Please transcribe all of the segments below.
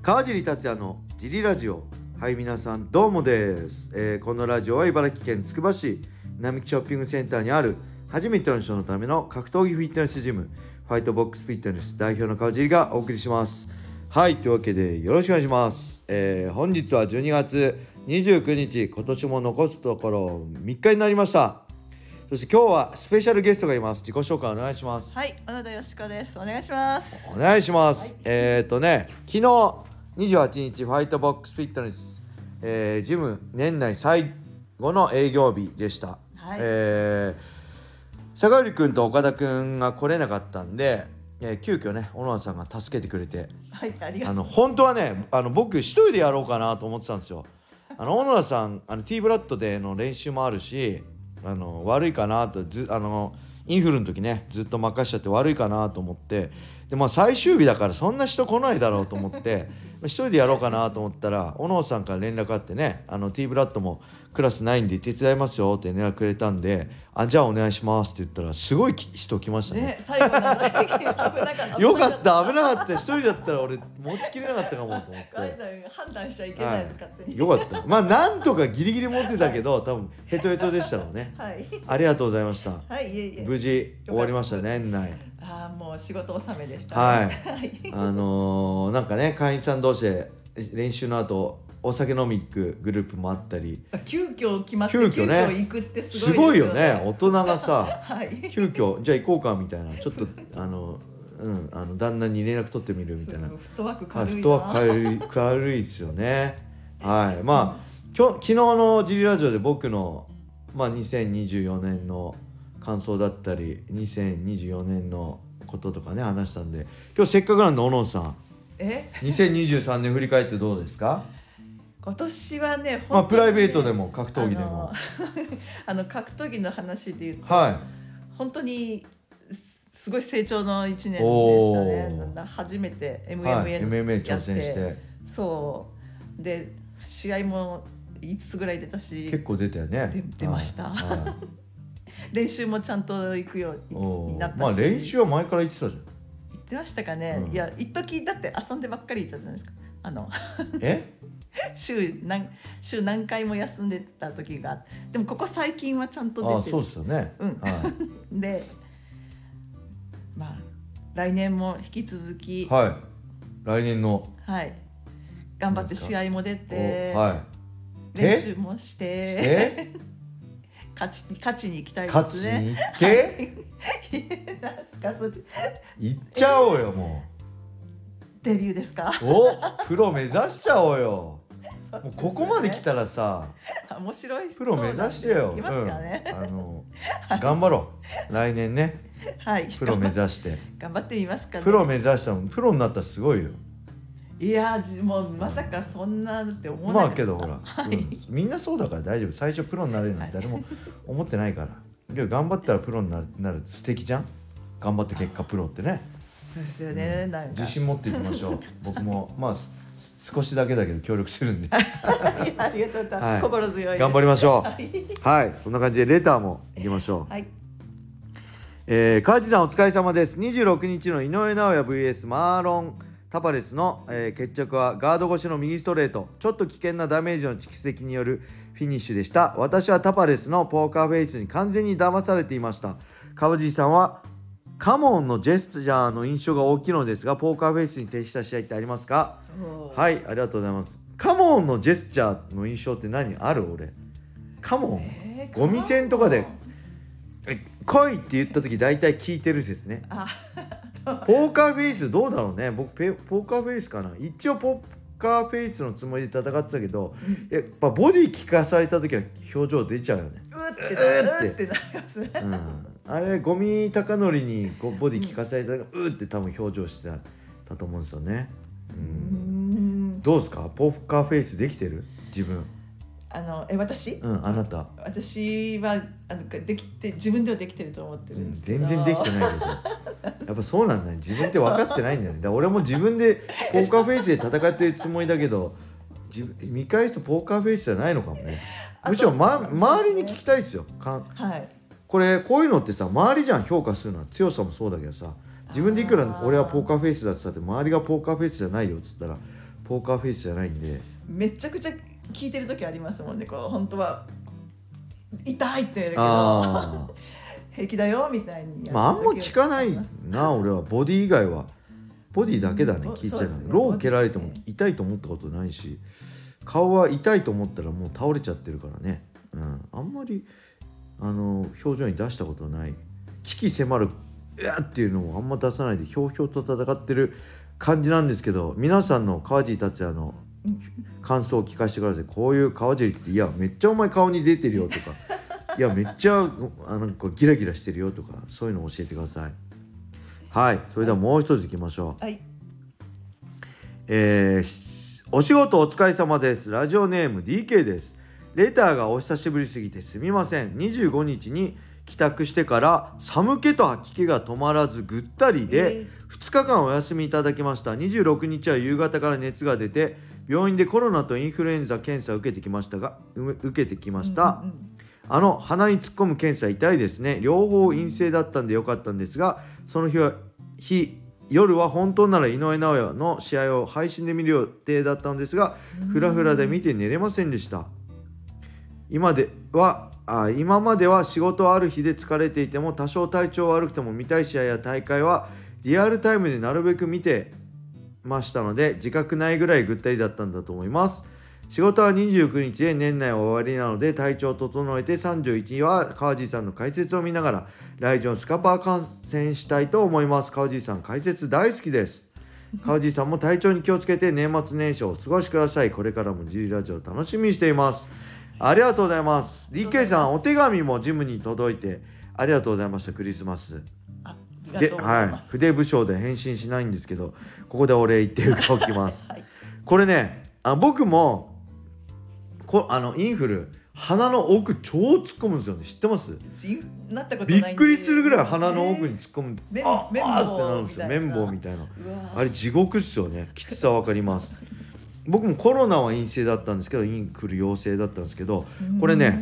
川尻達也のジリラジオ。はい、皆さんどうもです。このラジオは茨城県つくば市並木ショッピングセンターにある初めての人のための格闘技フィットネスジム、ファイトボックスフィットネス代表の川尻がお送りします。はい、というわけでよろしくお願いします。本日は12月29日、今年も残すところ3日になりました。そして今日はスペシャルゲストがいます。自己紹介お願いします。 はい、小野田よしこです。お願いします。 お願いします。昨日28日ファイトボックスフィットネス、ジム年内最後の営業日でした。 はい、 坂寄くんと岡田くんが来れなかったんで、急遽ね小野田さんが助けてくれて、 はい、ありがとう。 本当はね僕一人でやろうかなと思ってたんですよ。小野田さんT ブラッドでの練習もあるし、悪いかなとインフルの時ねずっと任しちゃって悪いかなと思って、で最終日だからそんな人来ないだろうと思って一人でやろうかなと思ったら小野さんから連絡あってね、T ブラッドもクラスないんで手伝いますよって連絡くれたんで、じゃあお願いしますって言ったらすごい人来ましたね。 最後の危なかった。 よかった危なかった。一人だったら俺持ちきれなかったかもと思って。 川合さんが判断しちゃいけないの勝手に、 よかった。なんとかギリギリ持ってたけど多分ヘトヘトでしたろうね。 はい、 ありがとうございました。 はい、いえいえ、 無事終わりましたね、年内。 もう仕事納めでした、 ね。はいなんかね会員さん同士で練習の後お酒飲み行くグループもあったり、 急遽決まって急遽ね行くってすごいですよね。 すごいよね。大人がさ、 はい、 急遽じゃあ行こうかみたいな、ちょっと旦那に連絡取ってみるみたいな。 フットワーク軽いな。 フットワーク軽いですよね。はい。昨日のジリラジオで僕の2024年の感想だったり2024年のこととかね話したんで、今日せっかくなんで小野さん2023年振り返ってどうですか？ 今年はね、 プライベートでも格闘技でも格闘技の話で言うと、 はい、 本当にすごい成長の1年でしたね。初めて MMA 挑戦して、そうで試合も5つぐらい出たし、 結構出たよね。 出ました、練習もちゃんと行くようになったし、 練習は前から行ってたじゃん。 行ってましたかね、いや一時だって遊んでばっかりいたじゃないですか。週何回も休んでた時が、でもここ最近はちゃんと出てる。 そうですよね。 で来年も引き続き、 来年の頑張って試合も出て、練習もして勝ちに行きたいですね。 勝ちに行って行っちゃおうよ。もうデビューですか？ プロ目指しちゃおうよ。もうここまで来たらさ面白いプロ目指してよ。 いますかね。 頑張ろう来年ね。プロ目指して頑張ってみますかね。 プロ目指したのプロになったらすごいよ。 いやもうまさかそんなって思わなかった。 けどほら、みんなそうだから大丈夫。最初プロになれるなんて誰も思ってないから。頑張ったらプロになる素敵じゃん。頑張って結果プロってね。 そうですよね。なんか自信持っていきましょう。僕も少しだけだけど協力するんでいやありがとうございます、心強いです。 頑張りましょう。はい、そんな感じでレターもいきましょう。川地さんお疲れ様です。26日の井上尚弥 vs マーロン・タパレスの、決着はガード越しの右ストレート、ちょっと危険なダメージの蓄積によるフィニッシュでした。私はタパレスのポーカーフェイスに完全に騙されていました。川地さんはカモンのジェスチャーの印象が大きいのですが、ポーカーフェイスに徹した試合ってありますか？はい、ありがとうございます。カモンのジェスチャーの印象って何ある？俺カモン、ゴミ栓とかで来いって言った時大体聞いてる説ね。ポーカーフェイスどうだろうね。僕ポーカーフェイスかな。一応ポーカーフェイスのつもりで戦ってたけど、やっぱボディ効かされた時は表情出ちゃうよね。 うってなりますね。 あれゴミ高則にボディ効かされたらって多分表情してたと思うんですよね。どうですか？ポーカーフェイスできてる？自分私？ あなた。 私はできて自分ではできてると思ってるんですけど、 全然できてないけどやっぱそうなんだね。自分って分かってないんだよね。だから俺も自分でポーカーフェイスで戦ってるつもりだけど見返すとポーカーフェイスじゃないのかもね。むしろ、周りに聞きたいですよ。こういうのってさ、周りじゃん評価するのは。強さもそうだけどさ、自分でいくら俺はポーカーフェイスだって言ったって周りがポーカーフェイスじゃないよっつったらポーカーフェイスじゃないんで、 めちゃくちゃ聞いてる時ありますもんね。こう本当は痛いって言えるけど平気だよみたいにあんま聞かないな俺は。ボディ以外はボディだけだね、聞いちゃうの。ロー蹴られても痛いと思ったことないし、顔は痛いと思ったらもう倒れちゃってるからね。あんまり表情に出したことない。危機迫るうわっていうのもあんま出さないでひょうひょうと戦ってる感じなんですけど、皆さんの川尻達也の感想を聞かせてください。こういう川尻っていやめっちゃお前顔に出てるよとかいやめっちゃなんかギラギラしてるよとか、そういうのを教えてください。はい、それではもう一ついきましょう。 はい、 お仕事お疲れ様です。ラジオネーム DK です。レターがお久しぶりすぎてすみません。25日に帰宅してから寒気と吐き気が止まらずぐったりで2日間お休みいただきました。26日は夕方から熱が出て病院でコロナとインフルエンザ検査を受けてきました。鼻に突っ込む検査痛いですね。両方陰性だったんでよかったんですが、その日夜は本当なら井上尚弥の試合を配信で見る予定だったのですが、フラフラで見て寝れませんでした。今までは仕事ある日で疲れていても多少体調悪くても見たい試合や大会はリアルタイムでなるべく見てましたので、自覚ないぐらいぐったりだったんだと思います。仕事は29日で年内は終わりなので体調を整えて、31日は川尻さんの解説を見ながらライジョンスカパー観戦したいと思います。川尻さん解説大好きです。川尻さんも体調に気をつけて年末年始をお過ごしください。これからもジリラジオ楽しみにしています。ありがとうございます。 DK さんお手紙もジムに届いてありがとうございました。クリスマスで、筆不詳で返信しないんですけど、ここでお礼言ってるかおきます、はい、これね、僕もインフル鼻の奥超突っ込むんですよね。知ってます？ なったことないんでびっくりするぐらい鼻の奥に突っ込む、 綿ってなるんですよ。綿棒みたいな。あれ地獄っすよね。きつさわかります僕もコロナは陰性だったんですけど、インフル陽性だったんですけど、これね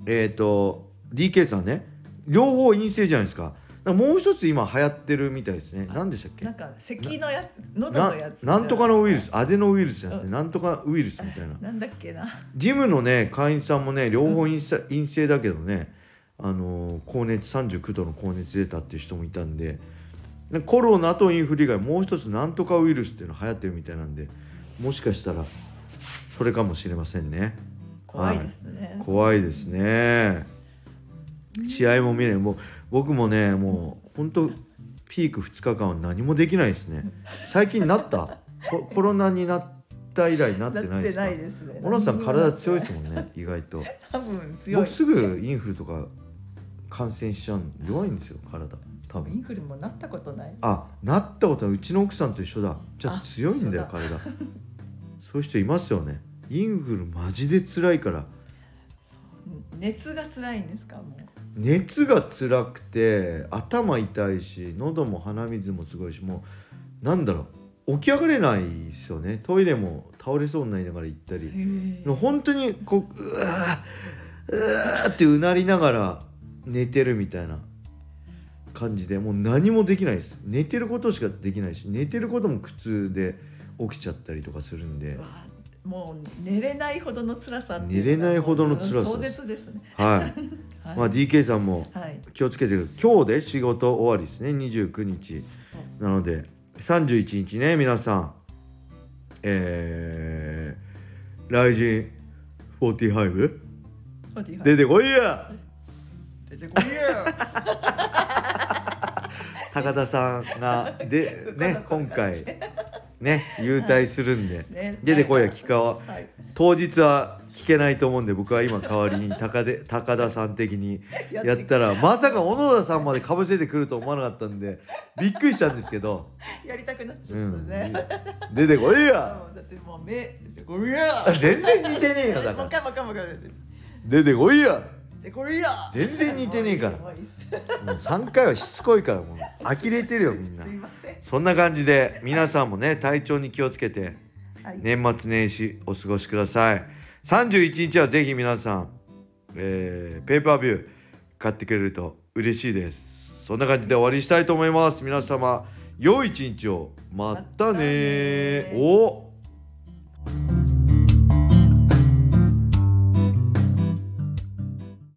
DK さんね両方陰性じゃないですか。もう一つ今流行ってるみたいですね。何でしたっけ？ なんか咳のや喉のやつなんとかのウイルス、アデノウイルスじゃなくてなんとかウイルスみたいな。 なんだっけな。 ジムのね会員さんもね両方陰性だけどね、高熱39度の高熱出たっていう人もいたんで、コロナとインフル以外もう一つなんとかウイルスっていうの流行ってるみたいなんで、もしかしたらそれかもしれませんね。 怖いですね、 怖いですね。試合も見れない。もう僕もねもう本当ピーク2日間は何もできないですね。最近なったコロナになった以来なってないですか？ なってないですね。 小野さん体強いですもんね意外と。 多分強い。 僕すぐインフルとか感染しちゃう弱いんですよ体。多分インフルもなったことない。 なったことはうちの奥さんと一緒だ。じゃあ強いんだよ体。そういう人いますよね。インフルマジで辛いから。 熱が辛いんですか？もう熱が辛くて頭痛いし喉も鼻水もすごいし、もうなんだろう起き上がれないですよね。トイレも倒れそうになりながら行ったり、本当にこううわーってうなりながら寝てるみたいな感じで、もう何もできないです。寝てることしかできないし、寝てることも苦痛で起きちゃったりとかするんで、 もう寝れないほどの辛さって寝れないほどの辛さ壮絶ですね。 はい、DK さんも気をつけてください。今日で仕事終わりですね。29日なので31日ね皆さんライジン45出てこいや高田さんがでね今回ね優待するんで、出てこいや聞かわ、当日は聞けないと思うんで、僕は今代わりに高田さん的にやったらまさか小野田さんまでかぶせてくると思わなかったんでびっくりしたんですけど、 やりたくなっちゃったね、 出てこいやだってもう目出てこいや全然似てねえよ。だから出てこいや全然似てねえからもう3回はしつこいからもう呆れてるよみんな。そんな感じで皆さんもね体調に気をつけて年末年始お過ごしください。31日はぜひ皆さん、ペーパービュー買ってくれると嬉しいです。そんな感じで終わりにしたいと思います。皆様良い一日を。またね。お